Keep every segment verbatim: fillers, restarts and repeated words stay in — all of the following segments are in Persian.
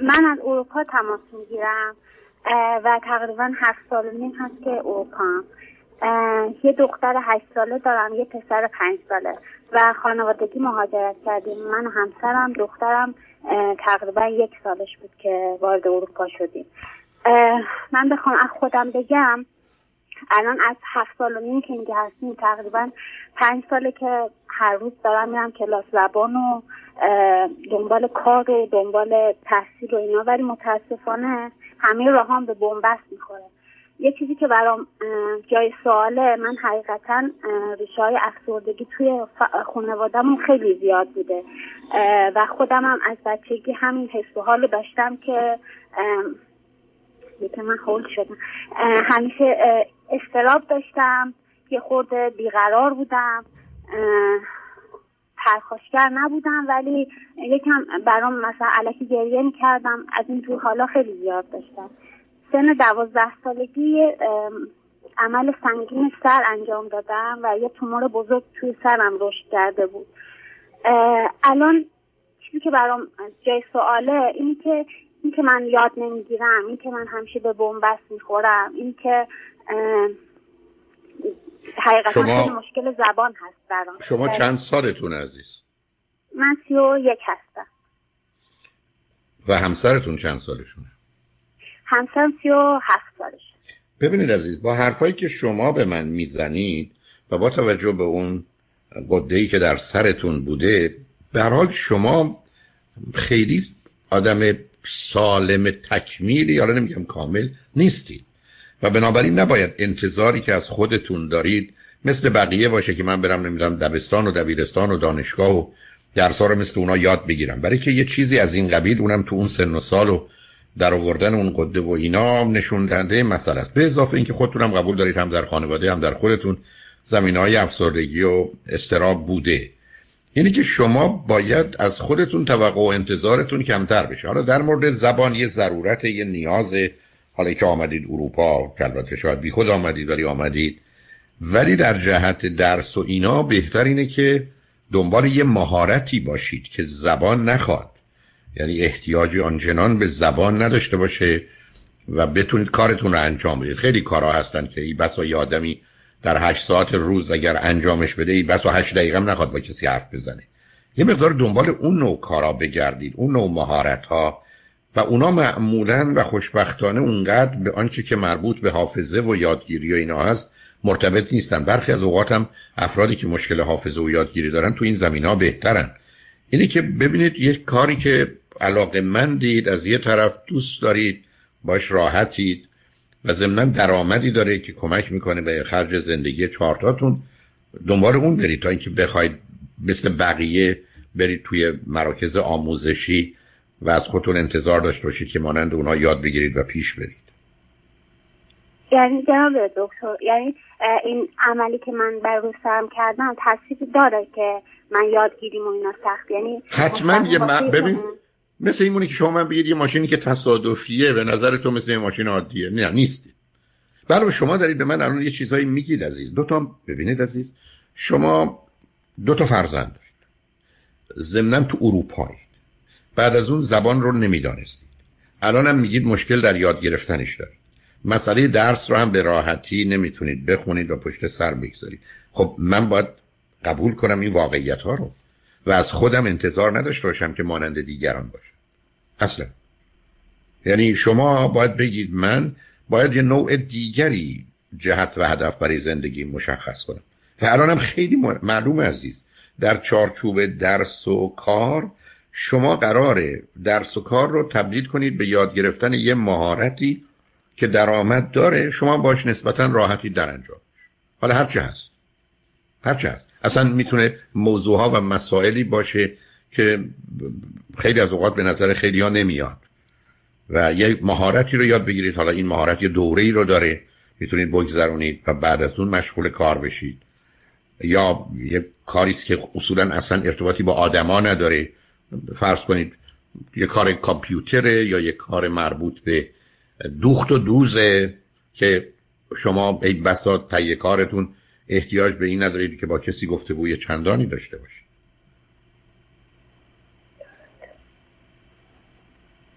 من از اروپا تماس میگیرم و تقریبا هفت سال و نیم هست که اروپا هم. یه دختر هشت ساله دارم، یه پسر پنج ساله و خانوادگی مهاجرت کردیم. من و همسرم، دخترم تقریبا یک سالش بود که وارد اروپا شدیم. من بخوام از خودم بگم، الان از هفت سال و نیم که اینجا هستیم تقریبا پنج ساله که هر روز دارم میرم کلاس زبان و دنبال کار و دنبال تحصیل و اینا، ولی متاسفانه همه راهام به بنبست میخوره. یه چیزی که برام جای سواله، من حقیقتا ریشه های افسردگی توی خانواده‌مون خیلی زیاد بوده و خودم هم از بچگی همین حس و حالو داشتم که یکم من هول شدم. همیشه اضطراب داشتم، یه خورده بیقرار بودم، پرخاشگر نبودم، ولی یکم برام مثلا الکی گریه میکردم. از این جور حالا خیلی زیاد داشتم. سن دوازده سالگی عمل سنگین سر انجام دادم و یه تومور بزرگ توی سرم رشد کرده بود. الان چیزی که برام جای سواله اینی که این که من یاد نمیگیرم، این که من همیشه به بنبست میخورم، این که حقیقتا شما... خیلی مشکل زبان هست برام. شما چند سالتون عزیز؟ من سی و یک هستم. و همسرتون چند سالشونه؟ همسرم سی و هفت سالش. ببینید عزیز، با حرفایی که شما به من میزنید و با توجه به اون قده‌ای که در سرتون بوده، به هر حال شما خیلی آدم سالم تکمیلی، حالا نمیگم کامل، نیستید و بنابراین نباید انتظاری که از خودتون دارید مثل بقیه باشه که من برم نمیدونم دبستان و دبیرستان و دانشگاه و درس‌ها رو مثل اونا یاد بگیرم. برای که یه چیزی از این قبیل، اونم تو اون سن و سال و در آوردن اون قده و اینا، نشون دهنده مسئله است. به اضافه اینکه خودتونم قبول دارید هم در خانواده هم در خودتون زمینه‌های افسردگی و اضطراب بوده. یعنی که شما باید از خودتون توقع و انتظارتون کمتر بشه. حالا در مورد زبان یه ضرورت، یه نیازه، حالا که آمدید اروپا، که البته شاید بی خود آمدید ولی آمدید، ولی در جهت درس و اینا بهتر اینه که دنبال یه مهارتی باشید که زبان نخواد، یعنی احتیاجی آنچنان به زبان نداشته باشه و بتونید کارتون رو انجام بدید. خیلی کارها هستن که ای بسا یه آدمی در هشت ساعت روز اگر انجامش بده، ای بسا هشت دقیقه هم نخواد با کسی حرف بزنه. یه مقدار دنبال اون نوع کارا بگردید، اون نوع مهارت ها، و اونا معمولاً و خوشبختانه اونقدر به آنچه که مربوط به حافظه و یادگیری و اینا هست مرتبط نیستن. برخی از اوقات هم افرادی که مشکل حافظه و یادگیری دارن تو این زمینا بهترن. اینی که ببینید یک کاری که علاقه‌مندید، از یه طرف دوست دارید، باش راحتید و ضمناً درآمدی داره که کمک میکنه به خرج زندگی چهارتاتون، دنبال اون برید تا اینکه بخواید مثل بقیه برید توی مراکز آموزشی و از خودتون انتظار داشته باشید که مانند اونها یاد بگیرید و پیش برید. یعنی جناب دکتر، یعنی این عملی که من بر روی سرم کردم تاثیری داره که من یادگیریم و اینا سخت؟ یعنی حتما یه ما... ببین مثل این مونه که شما من بگید یه ماشینی که تصادفیه به نظر تو مثل یه ماشین عادیه. نه نیستی. برای شما دارید به من الان یه چیزایی میگید عزیز. دو تا ببینید عزیز، شما دو تا فرزند دارید، ضمناً تو اروپایید، بعد از اون زبان رو نمیدانستید، الان هم میگید مشکل در یاد گرفتنش دارید، مسئله درس رو هم به راحتی نمیتونید بخونید و پشت سر بگذارید. خب من باید قبول کنم این واقعیت ها رو و از خودم انتظار نداشته باشم که مانند دیگران باشم اصلا. یعنی شما باید بگید من باید یه نوع دیگری جهت و هدف برای زندگی مشخص کنم. و الانم خیلی معلومه عزیز، در چارچوب درس و کار شما قراره درس و کار رو تبدیل کنید به یاد گرفتن یه مهارتی که درآمد داره، شما باش نسبتا راحتی در انجام. حالا هر چه هست هر چه هست اصلا میتونه موضوعها و مسائلی باشه که خیلی از اوقات به نظر خیلی ها نمیاد و یه مهارتی رو یاد بگیرید. حالا این مهارت یه دوره‌ای رو داره، میتونید بگذرونید و بعد از اون مشغول کار بشید، یا یه کاریست که اصولا اصلا ارتباطی با آدما نداره، فرض کنید یه کار کامپیوتره یا یه کار مربوط به دوخت و دوزه که شما ای بسا تهیه کارتون احتیاج به این ندارید که با کسی گفتگوی چندانی داشته باشید.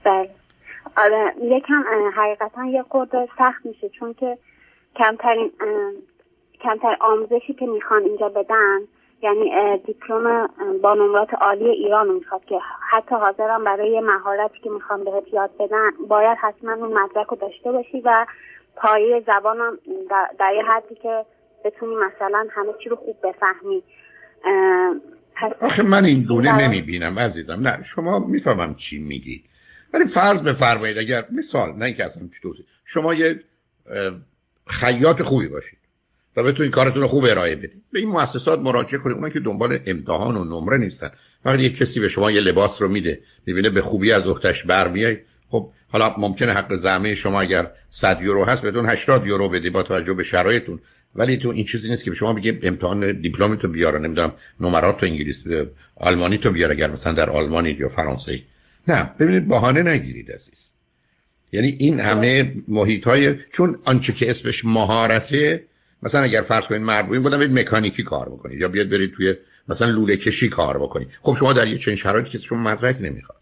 بله. آره یکم حقیقتا یه خورده سخت میشه چون که کمترین کمتر آموزشی که میخوان اینجا بدن یعنی دیپلم با نمرات عالی ایران میخواد که حتی حاضرم برای مهارتی که میخوام بهت یاد بدن باید حتما اون مدرک رو داشته باشی و پایه زبانم در, در یه حدی که بتونی مثلا همه چی رو خوب بفهمی. آخه من این گونه نمیبینم عزیزم. نه شما میفهمم چی میگید ولی فرض بفرمایید اگر مثال نه اینکه اصلا چی توصیه شما یه خیاط خوبی باشید و بتونید کارتون رو خوب ارائه بدید به این مؤسسات مراجعه کنید. اونا که دنبال امتحان و نمره نیستن. وقتی یک کسی به شما یه لباس رو میده میبینه به خوبی از اختش برمیای خب حالا ممکنه حق زحمه شما اگر صد یورو هست بهتون هشتاد یورو بدی با توجه به شرایطتون ولی تو این چیزی نیست که به شما بگه امتحان دیپلمتو بیار نمیدونم نمرات تو انگلیسی آلمانی تو بیار اگر مثلا در آلمانی یا فرانسه. نه ببینید بهانه نگیرید عزیز. یعنی این همه محیطای چون آنچه که اسمش مهارته مثلا اگر فرض کنید مربوطین بودن برید مکانیکی کار بکنید یا بیاد برید توی مثلا لوله کشی کار بکنید خب شما در یه چنین شرایطی که شما مدرک نمیخواد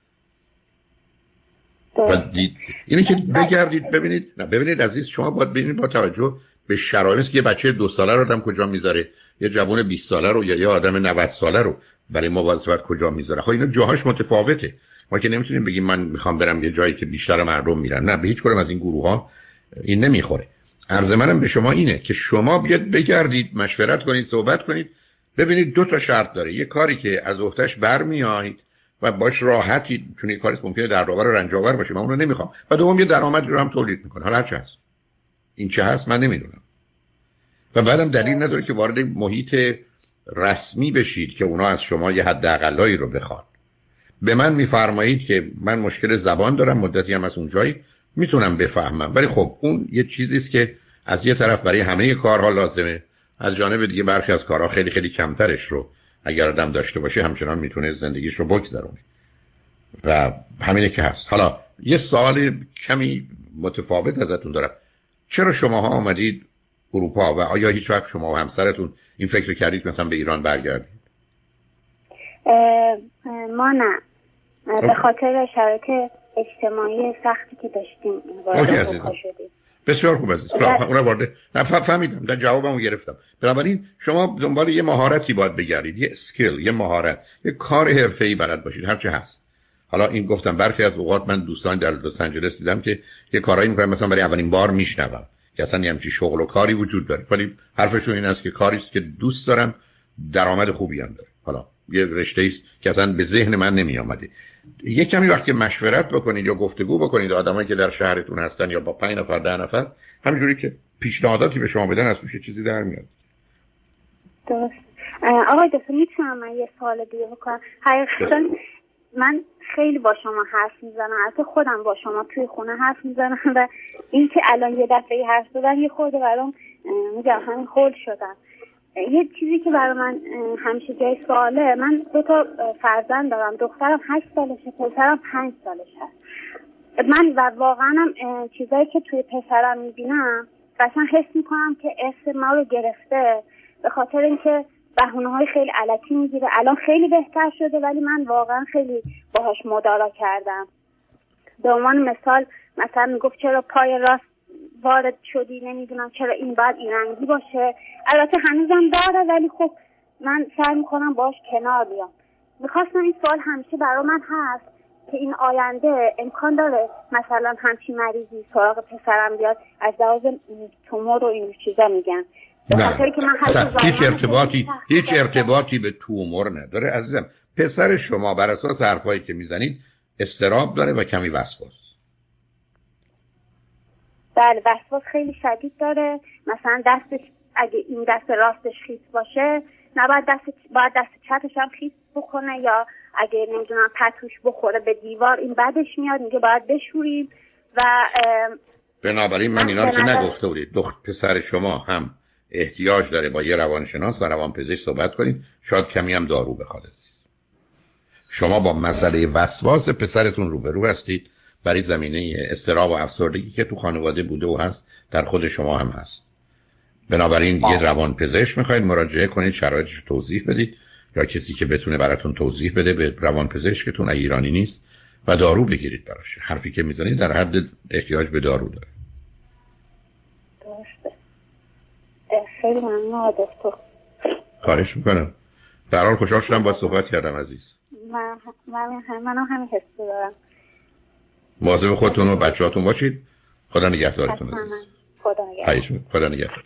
و دید اینه که بگردید ببینید نه ببینید عزیز شما باید ببینید با توجه به شرایطی که یه بچه دو ساله رو آدم کجا میذاره یه جوان بیست ساله رو یا یه آدم نود ساله رو برای مواظبت کجا میذاره. خب اینا جاهاش متفاوته. ما که نمیتونیم بگیم من میخوام برم یه جایی که بیشتر مردم میرن. نه به هیچ کدوم از این گروه ها این نمیخوره. عرض منم به شما اینه که شما بیاد بگردید مشورت کنید صحبت کنید ببینید دو تا شرط داره. یه کاری که از عهده‌اش برمیایید و باش راحتی چون یه کاری ممکنه دردآور و رنج‌آور باشه من اون رو نمیخوام و دوم یه درآمدی رو هم تولید میکنه. حالا چه هست این چه هست من نمیدونم و بعدم دلیل نداره که وارد محیط رسمی بشید که اونا از شما یه حداقلایی رو بخوان. به من میفرمایید که من مشکل زبان دارم مدتی هم از اونجایی میتونم بفهمم ولی خب اون یه چیزی است که از یه طرف برای همه کارها لازمه از جانب دیگه برخی از کارها خیلی خیلی کمترش رو اگر آدم داشته باشه همچنان میتونه زندگیش رو بگذرونه و همینه که هست. حالا یه سوال کمی متفاوت ازتون دارم. چرا شماها آمدید اروپا و آیا هیچ وقت شما و همسرتون این فکر کردید مثلا به ایران برگردید؟ ما نه به خاطر شرایط اجتماعی سختی که داشتیم وارد اروپا شدیم. بسیار خوب عزیز. اونم وارد نه فهمیدم در جوابمو گرفتم. بنابراین شما دنبال یه مهارتی باید بگردید یه اسکیل یه مهارت یه کار حرفه‌ای بلد باشید هر چه هست. حالا این گفتم برخی از اوقات من دوستان در لس آنجلس دیدم که یه کارایی میکنن مثلا برای اولین بار میشنوم که اصلا همچین شغل و کاری وجود داره ولی حرفشون این است که کاری است که دوست دارم درآمد خوبی هم داره. حالا یه رشته است که اصلا به ذهن من نمی اومده. یه کمی وقتی مشورت بکنید یا گفتگو بکنید آدمایی که در شهرتون هستن یا با پنج نفر ده نفر همینجوری که پیشنهاداتی به شما بدن از توش چیزی در میاد. درست. آقای دکتر میتونم من یه سوال دیگه بکنم؟ حقیقتا من خیلی با شما حرف میزنم حتی خودم با شما توی خونه حرف میزنم و این که الان یه دفعه حرف زدن یه خورده برام میگم همین خورد شدم. یه چیزی که برای من همیشه جای سواله من دو تا فرزند دارم دخترم هشت سالشه پسرم پنج سالش هست. من و واقعا هم چیزایی که توی پسرم میبینم قشنگ حس میکنم که ارث ما رو گرفته به خاطر اینکه بهونه‌های خیلی الکی میگیره. الان خیلی بهتر شده ولی من واقعا خیلی باهاش مدارا کردم. به عنوان مثال مثلا میگفت چرا پای راست وارد شدی نمیدونم چرا این باید این رنگی باشه. البته هنوزم داره ولی خب من سعی میکنم باهاش کنار بیام. میخواستم این سوال همیشه برای من هست که این آینده امکان داره مثلا همچین مریضی سراغ پسرم بیاد از لحاظ تومور و این چیزا میگن. نه که من هیچ ارتباطی هیچ ارتباطی به تومور نداره عزیزم. پسر شما بر اساس حرفایی که میزنید استراب داره و کمی وسواس. بله وسواس خیلی شدید داره. مثلا دستش اگه این دست راستش خیس باشه نباید دست باید دست چپش هم خیس بکنه یا اگه نمیدونم پتوش بخوره به دیوار این بعدش میاد میگه باید بشوریم و بنابراین من اینا رو که نگفته بودید دختر پسر شما هم احتیاج داره با یه روانشناس و روانپزشک صحبت کنید شاید کمی هم دارو بخواد عزیز. شما با مسئله وسواس پسرتون روبرو هستید برای زمینه اضطراب و افسردگی که تو خانواده بوده و هست در خود شما هم هست. بنابراین آه. یه روانپزشک میخواید مراجعه کنید شرایطش رو توضیح بدید یا کسی که بتونه براتون توضیح بده به روانپزشکتون ایرانی نیست و دارو بگیرید براش. حرفی که میزنید در حد احتیاج به دارو داره. درسته. خیلی ممنون دکتر. خواهش میکنم. در حال خوشحال شدم با صحبت کردم عزیز. من من منم همین حس دارم. مواظب خودتون و بچه‌هاتون باشید. خدا نگهدارتون عزیز. خدا نگهدار. خدا نگهدار.